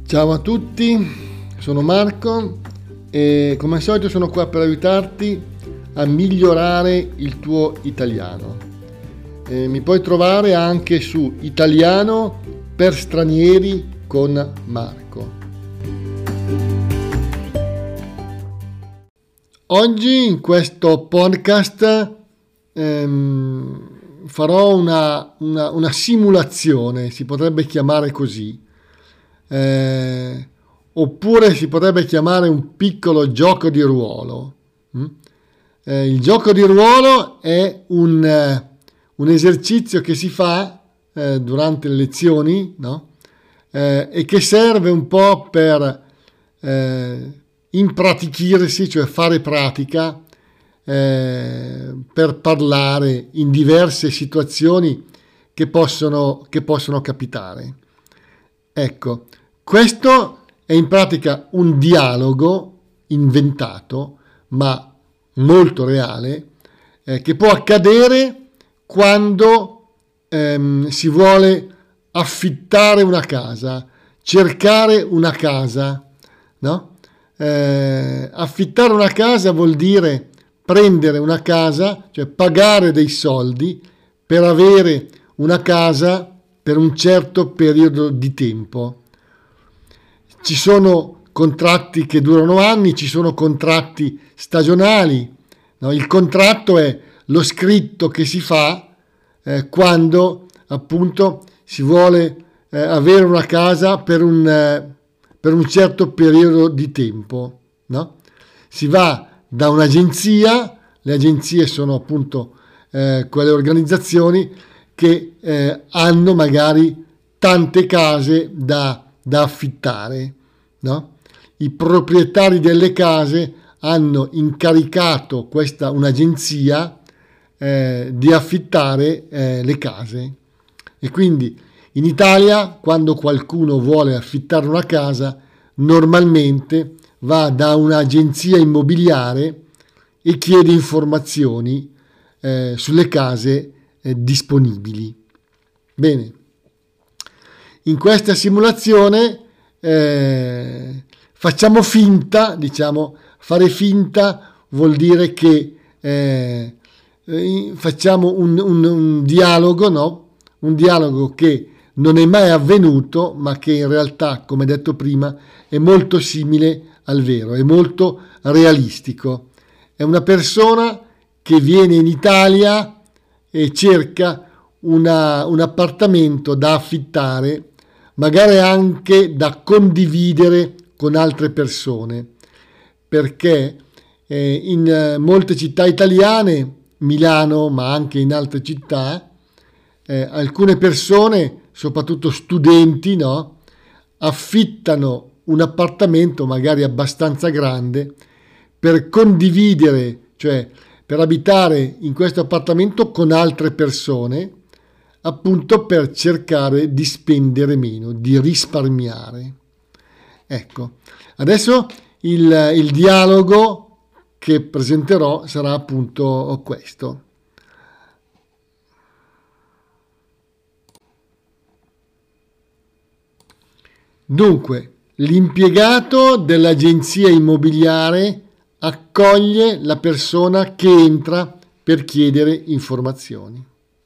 Ciao a tutti, sono Marco e come al solito sono qua per aiutarti a migliorare il tuo italiano. Mi puoi trovare anche su Italiano per stranieri con Marco. Oggi in questo podcast farò una simulazione, si potrebbe chiamare così. Oppure si potrebbe chiamare un piccolo gioco di ruolo. Il gioco di ruolo è un esercizio che si fa durante le lezioni, no? E che serve un po' per impratichirsi, cioè fare pratica per parlare in diverse situazioni che possono capitare. Ecco, questo è in pratica un dialogo inventato, ma molto reale, che può accadere quando si vuole affittare una casa, cercare una casa, no? Affittare una casa vuol dire prendere una casa, cioè pagare dei soldi per avere una casa per un certo periodo di tempo. Ci sono contratti che durano anni, ci sono contratti stagionali, no? Il contratto è lo scritto che si fa quando appunto si vuole avere una casa per un certo periodo di tempo, no? Si va da un'agenzia, le agenzie sono appunto quelle organizzazioni che hanno magari tante case da affittare, no? I proprietari delle case hanno incaricato un'agenzia di affittare le case, e quindi in Italia quando qualcuno vuole affittare una casa normalmente va da un'agenzia immobiliare e chiede informazioni sulle case disponibili. Bene, in questa simulazione facciamo finta, fare finta vuol dire che facciamo un dialogo, no? Un dialogo che non è mai avvenuto, ma che in realtà, come detto prima, è molto simile al vero, è molto realistico. È una persona che viene in Italia e cerca un appartamento da affittare, magari anche da condividere con altre persone, perché in molte città italiane, Milano ma anche in altre città, alcune persone, soprattutto studenti, no, affittano un appartamento magari abbastanza grande per condividere, cioè per abitare in questo appartamento con altre persone, appunto per cercare di spendere meno, di risparmiare. Ecco, adesso il dialogo che presenterò sarà appunto questo. Dunque, l'impiegato dell'agenzia immobiliare accoglie la persona che entra per chiedere informazioni.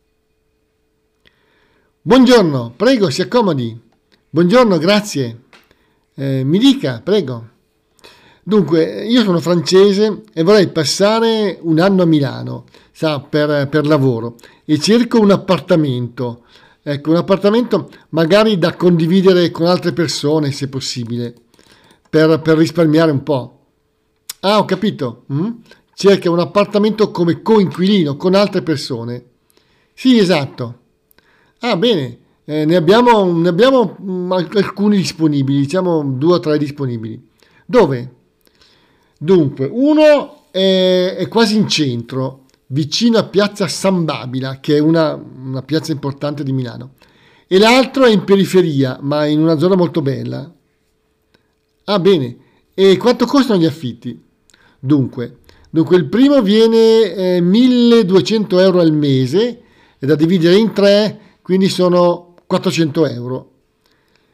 Buongiorno, prego, si accomodi. Buongiorno, grazie. Mi dica, prego. Dunque, io sono francese e vorrei passare un anno a Milano, per lavoro, e cerco un appartamento. Ecco, un appartamento magari da condividere con altre persone, se possibile, per risparmiare un po'. Ah, ho capito. Cerca un appartamento come coinquilino con altre persone. Sì, esatto. Ah, bene. Ne abbiamo alcuni disponibili, 2 o 3 disponibili. Dove? Dunque, uno è quasi in centro, vicino a Piazza San Babila, che è una piazza importante di Milano, e l'altro è in periferia, ma in una zona molto bella. Ah, bene. E quanto costano gli affitti? Dunque il primo viene 1.200 euro al mese, è da dividere in 3, quindi sono 400 euro.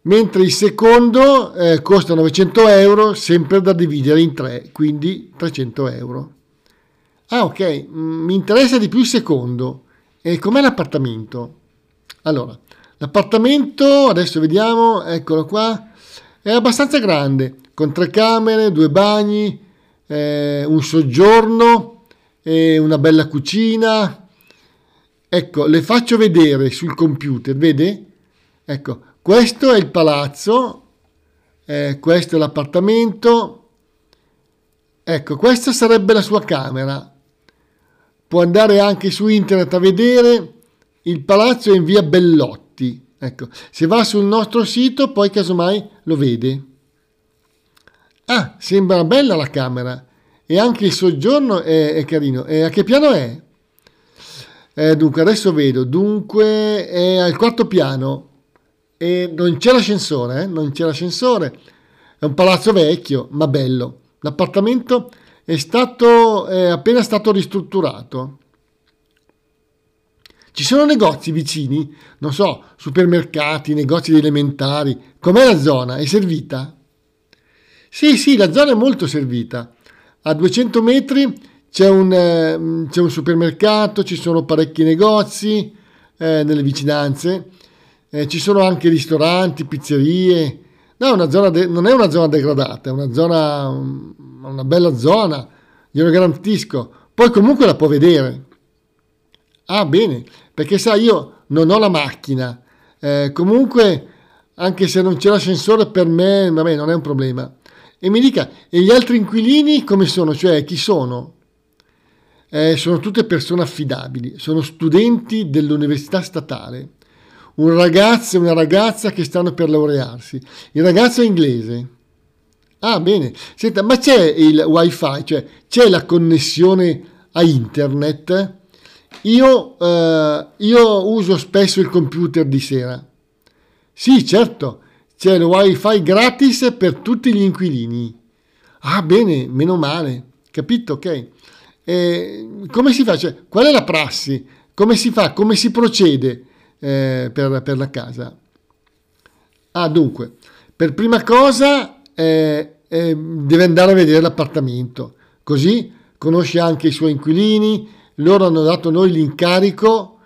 mentre il secondo costa 900 euro, sempre da dividere in 3, quindi 300 euro. Ah, ok, mi interessa di più il secondo. E com'è l'appartamento? Allora, l'appartamento, adesso vediamo, eccolo qua, è abbastanza grande, con 3 camere, 2 bagni, un soggiorno, una bella cucina. Ecco, le faccio vedere sul computer, vede? Ecco, questo è il palazzo, questo è l'appartamento, ecco, questa sarebbe la sua camera. Può andare anche su internet a vedere, il palazzo è in via Bellotti, ecco, se va sul nostro sito poi casomai lo vede. Ah, sembra bella la camera e anche il soggiorno è carino. E a che piano è? Dunque, adesso vedo, dunque è al 4º piano e non c'è l'ascensore, non c'è l'ascensore, è un palazzo vecchio ma bello. L'appartamento è appena stato ristrutturato. Ci sono negozi vicini, non so, supermercati, negozi di elementari. Com'è la zona? È servita? Sì, la zona è molto servita. A 200 metri c'è un supermercato, ci sono parecchi negozi nelle vicinanze, ci sono anche ristoranti, pizzerie. No, non è una zona degradata, è una bella zona, glielo garantisco. Poi comunque la può vedere. Ah, bene, perché sai, io non ho la macchina. Comunque, anche se non c'è l'ascensore, per me, vabbè, non è un problema. E mi dica, e gli altri inquilini come sono? Cioè, chi sono? Sono tutte persone affidabili, sono studenti dell'università statale. Un ragazzo e una ragazza che stanno per laurearsi. Il ragazzo è inglese. Ah, bene. Senta, ma c'è il wifi, cioè c'è la connessione a internet? Io uso spesso il computer di sera. Sì, certo, c'è il wifi gratis per tutti gli inquilini. Ah, bene, meno male. Capito, ok. Come si fa? Cioè, qual è la prassi? Come si fa? Come si procede per la casa? Ah, dunque, per prima cosa deve andare a vedere l'appartamento, così conosce anche i suoi inquilini. Loro hanno dato a noi l'incarico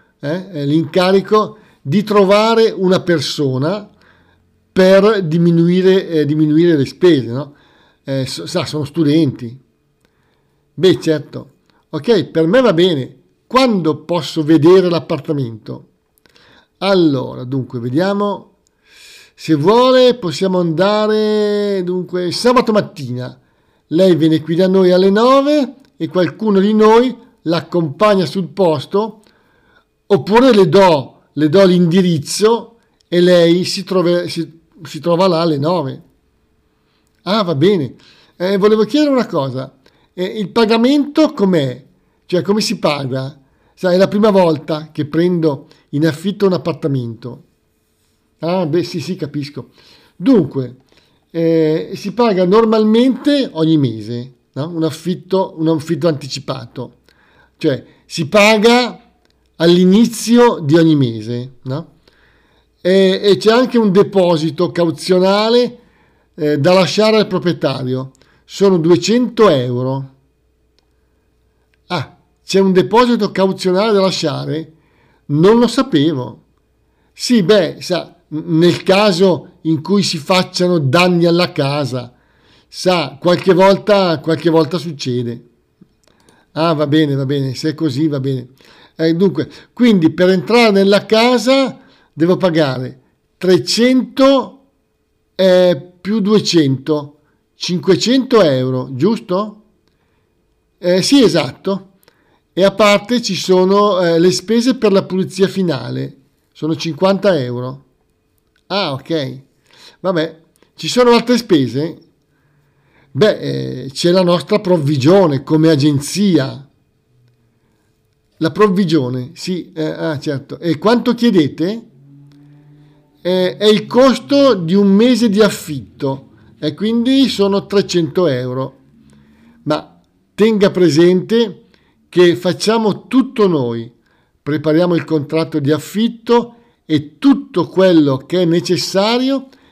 di trovare una persona per diminuire le spese, no? Sono studenti. Beh, certo. Ok, per me va bene. Quando posso vedere l'appartamento? Allora, dunque, vediamo. Se vuole possiamo andare, dunque, sabato mattina. Lei viene qui da noi alle 9 e qualcuno di noi l'accompagna sul posto, oppure le do l'indirizzo e lei si trova là alle 9. Ah, va bene. Volevo chiedere una cosa. Il pagamento com'è? Cioè, come si paga? Sai, è la prima volta che prendo in affitto un appartamento. Ah, beh, sì, capisco. Dunque, si paga normalmente ogni mese, no? Un affitto anticipato. Cioè, si paga all'inizio di ogni mese, no? E c'è anche un deposito cauzionale da lasciare al proprietario. Sono 200 euro. Ah, c'è un deposito cauzionale da lasciare? Non lo sapevo. Sì, beh, sa, nel caso in cui si facciano danni alla casa, sa, qualche volta succede. Ah, va bene, se è così va bene. Dunque, quindi per entrare nella casa devo pagare 300 più 200, 500 euro, giusto? Sì, esatto. E a parte ci sono le spese per la pulizia finale, sono 50 euro. Ah, ok. Vabbè, ci sono altre spese? Beh, c'è la nostra provvigione come agenzia. La provvigione, sì, certo. E quanto chiedete? È il costo di un mese di affitto e quindi sono 300 euro. Ma tenga presente che facciamo tutto noi, prepariamo il contratto di affitto e tutto quello che è necessario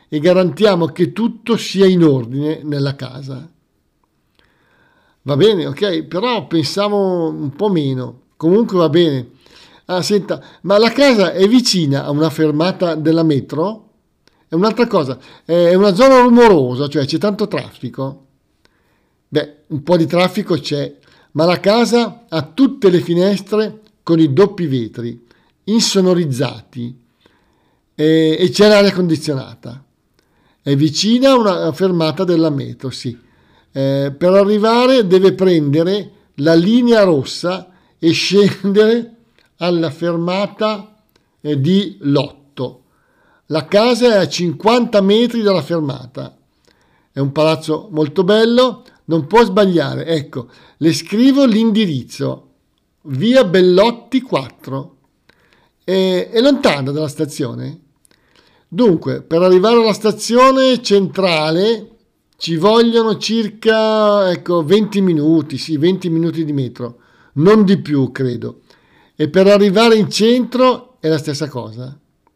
e garantiamo che tutto sia in ordine nella casa. Va bene, ok, però pensavo un po' meno. Comunque va bene. Ah, senta, ma la casa è vicina a una fermata della metro? È un'altra cosa, è una zona rumorosa, cioè c'è tanto traffico? Beh, un po' di traffico c'è, ma la casa ha tutte le finestre con i doppi vetri, insonorizzati, e c'è l'aria condizionata. È vicina a una fermata della metro, sì. Per arrivare deve prendere la linea rossa e scendere alla fermata di Lotto. La casa è a 50 metri dalla fermata. È un palazzo molto bello, non può sbagliare. Ecco, le scrivo l'indirizzo. Via Bellotti 4. È lontano dalla stazione? Dunque, per arrivare alla stazione centrale ci vogliono circa 20 minuti, sì, 20 minuti di metro, non di più, credo. E per arrivare in centro è la stessa cosa.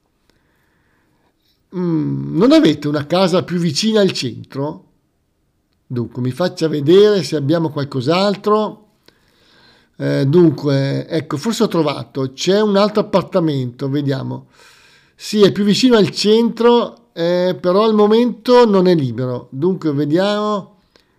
Non avete una casa più vicina al centro? Dunque, mi faccia vedere se abbiamo qualcos'altro. Dunque, ecco, forse ho trovato, c'è un altro appartamento, vediamo. Sì, è più vicino al centro, però al momento non è libero. Dunque, vediamo.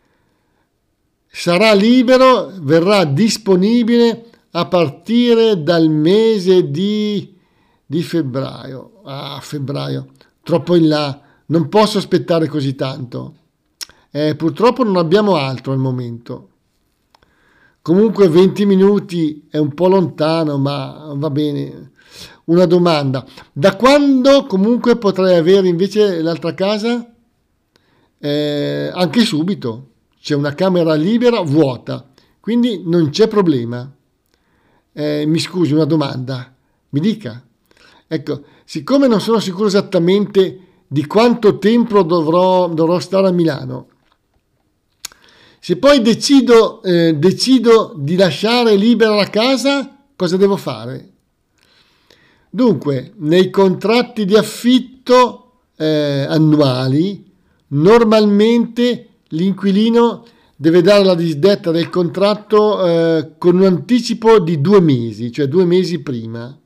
Sarà libero, verrà disponibile a partire dal mese di febbraio. Ah, febbraio, troppo in là, non posso aspettare così tanto. Purtroppo non abbiamo altro al momento. Comunque 20 minuti è un po' lontano, ma va bene. Una domanda: da quando comunque potrei avere invece l'altra casa? Anche subito, c'è una camera libera vuota, quindi non c'è problema. Mi scusi, una domanda, mi dica. Ecco, siccome non sono sicuro esattamente di quanto tempo dovrò stare a Milano, se poi decido di lasciare libera la casa, cosa devo fare? Dunque, nei contratti di affitto annuali, normalmente l'inquilino deve dare la disdetta del contratto con un anticipo di 2 mesi, cioè 2 mesi prima.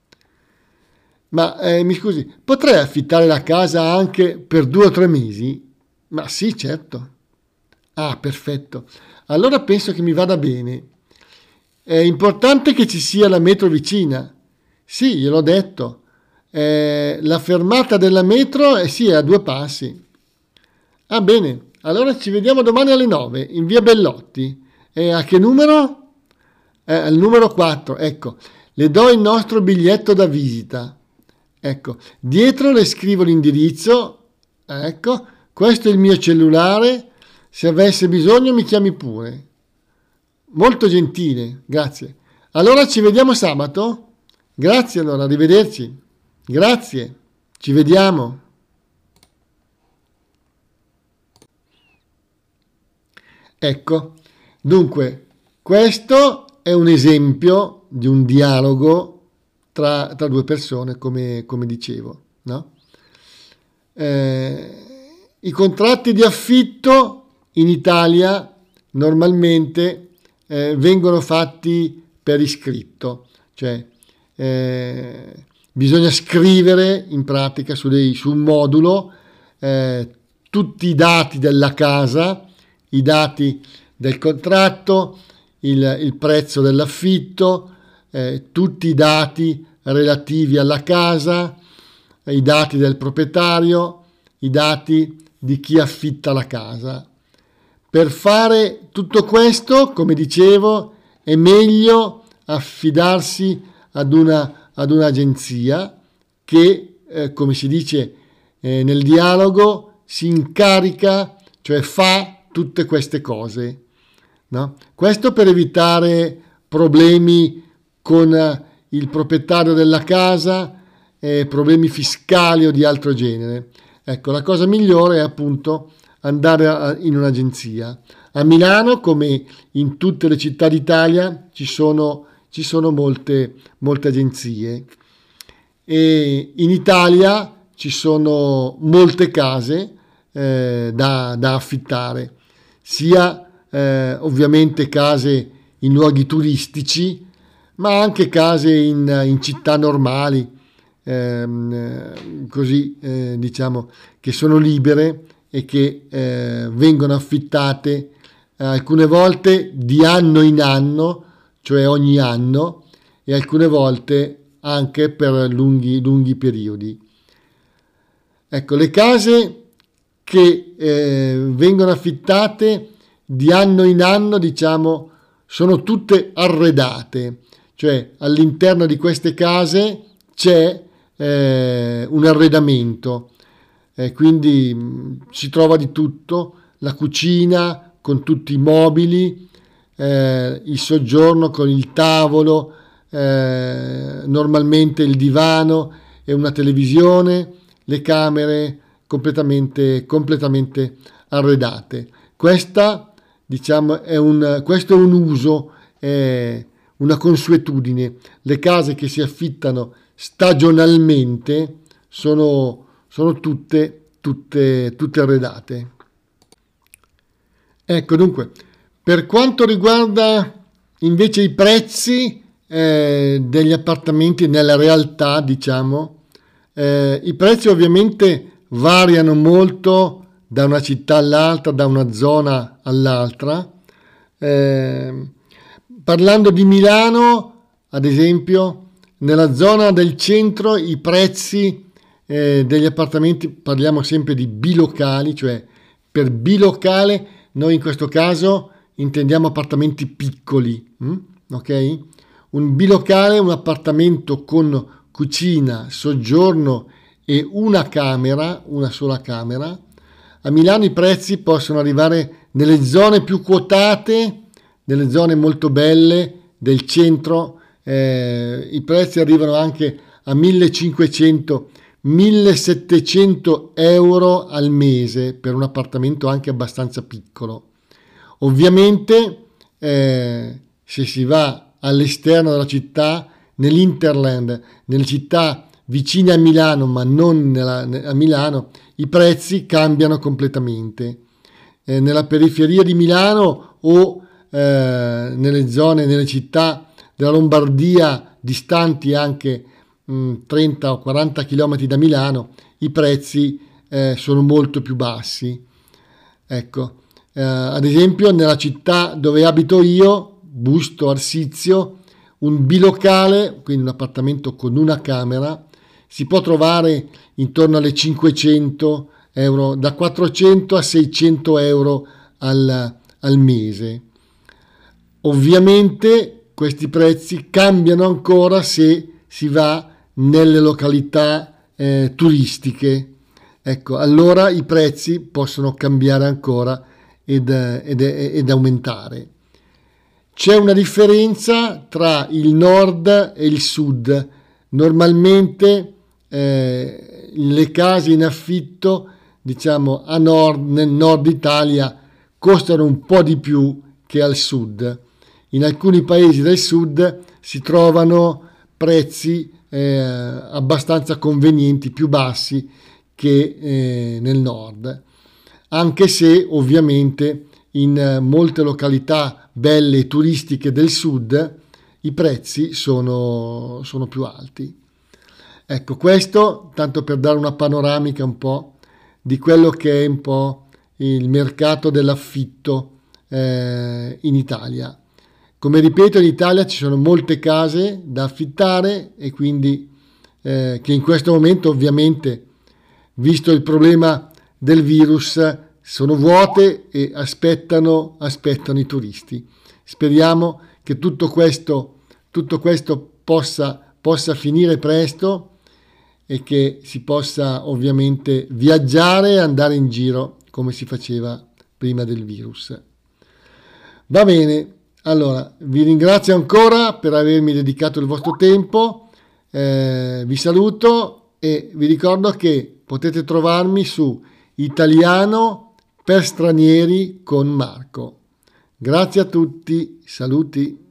Ma mi scusi, potrei affittare la casa anche per 2 o 3 mesi? Ma sì, certo. Ah, perfetto. Allora penso che mi vada bene. È importante che ci sia la metro vicina. Sì, gliel'ho detto. La fermata della metro sì, è a 2 passi. Ah, bene. Allora ci vediamo domani alle 9 in via Bellotti. A che numero? Al numero 4. Ecco, le do il nostro biglietto da visita. Ecco, dietro le scrivo l'indirizzo. Ecco, questo è il mio cellulare. Se avesse bisogno mi chiami pure. Molto gentile, grazie. Allora ci vediamo sabato? Grazie allora, arrivederci. Grazie, ci vediamo. Ecco, dunque, questo è un esempio di un dialogo tra 2 persone, come dicevo, no? I contratti di affitto in Italia normalmente vengono fatti per iscritto, cioè bisogna scrivere in pratica su un modulo tutti i dati della casa, i dati del contratto, il prezzo dell'affitto, tutti i dati relativi alla casa, i dati del proprietario, i dati di chi affitta la casa. Per fare tutto questo, come dicevo, è meglio affidarsi ad un'agenzia che, come si dice nel dialogo, si incarica, cioè fa tutte queste cose, no? Questo per evitare problemi con il proprietario della casa, problemi fiscali o di altro genere. Ecco, la cosa migliore è appunto andare in un'agenzia. A Milano, come in tutte le città d'Italia, ci sono molte agenzie. E in Italia ci sono molte case da affittare, sia ovviamente case in luoghi turistici, ma anche case in città normali, così diciamo, che sono libere e che vengono affittate alcune volte di anno in anno, cioè ogni anno, e alcune volte anche per lunghi periodi. Ecco, le case che vengono affittate di anno in anno, diciamo, sono tutte arredate, cioè all'interno di queste case c'è un arredamento, quindi si trova di tutto, la cucina con tutti i mobili, il soggiorno con il tavolo, normalmente il divano e una televisione, le camere completamente arredate. Questa, diciamo, questo è un uso, è una consuetudine. Le case che si affittano stagionalmente sono tutte arredate. Ecco, dunque, per quanto riguarda invece i prezzi degli appartamenti nella realtà, diciamo, i prezzi ovviamente variano molto da una città all'altra, da una zona all'altra. Parlando di Milano, ad esempio, nella zona del centro i prezzi degli appartamenti, parliamo sempre di bilocali, cioè per bilocale noi in questo caso intendiamo appartamenti piccoli, ok? Un bilocale è un appartamento con cucina, soggiorno e una sola camera. A Milano i prezzi possono arrivare nelle zone più quotate, nelle zone molto belle del centro, i prezzi arrivano anche a 1.500-1.700 euro al mese per un appartamento anche abbastanza piccolo. Ovviamente se si va all'esterno della città, nell'Interland, nelle città vicine a Milano ma non a Milano, i prezzi cambiano completamente. Nella periferia di Milano o nelle città della Lombardia distanti anche 30 o 40 km da Milano, i prezzi sono molto più bassi. Ecco, ad esempio nella città dove abito io, Busto Arsizio, un bilocale, quindi un appartamento con una camera, si può trovare intorno alle 500 euro, da 400 a 600 euro al mese. Ovviamente questi prezzi cambiano ancora se si va nelle località turistiche. Ecco, allora i prezzi possono cambiare ancora ed aumentare. C'è una differenza tra il nord e il sud. Normalmente le case in affitto, diciamo, nel nord Italia costano un po' di più che al sud. In alcuni paesi del sud si trovano prezzi abbastanza convenienti, più bassi che nel nord, anche se ovviamente in molte località belle e turistiche del sud i prezzi sono più alti. Ecco, questo tanto per dare una panoramica un po' di quello che è un po' il mercato dell'affitto in Italia. Come ripeto, in Italia ci sono molte case da affittare e quindi che in questo momento ovviamente, visto il problema del virus, sono vuote e aspettano i turisti. Speriamo che tutto questo possa finire presto e che si possa ovviamente viaggiare e andare in giro come si faceva prima del virus. Va bene, allora vi ringrazio ancora per avermi dedicato il vostro tempo, vi saluto e vi ricordo che potete trovarmi su Italiano per stranieri con Marco. Grazie a tutti, saluti.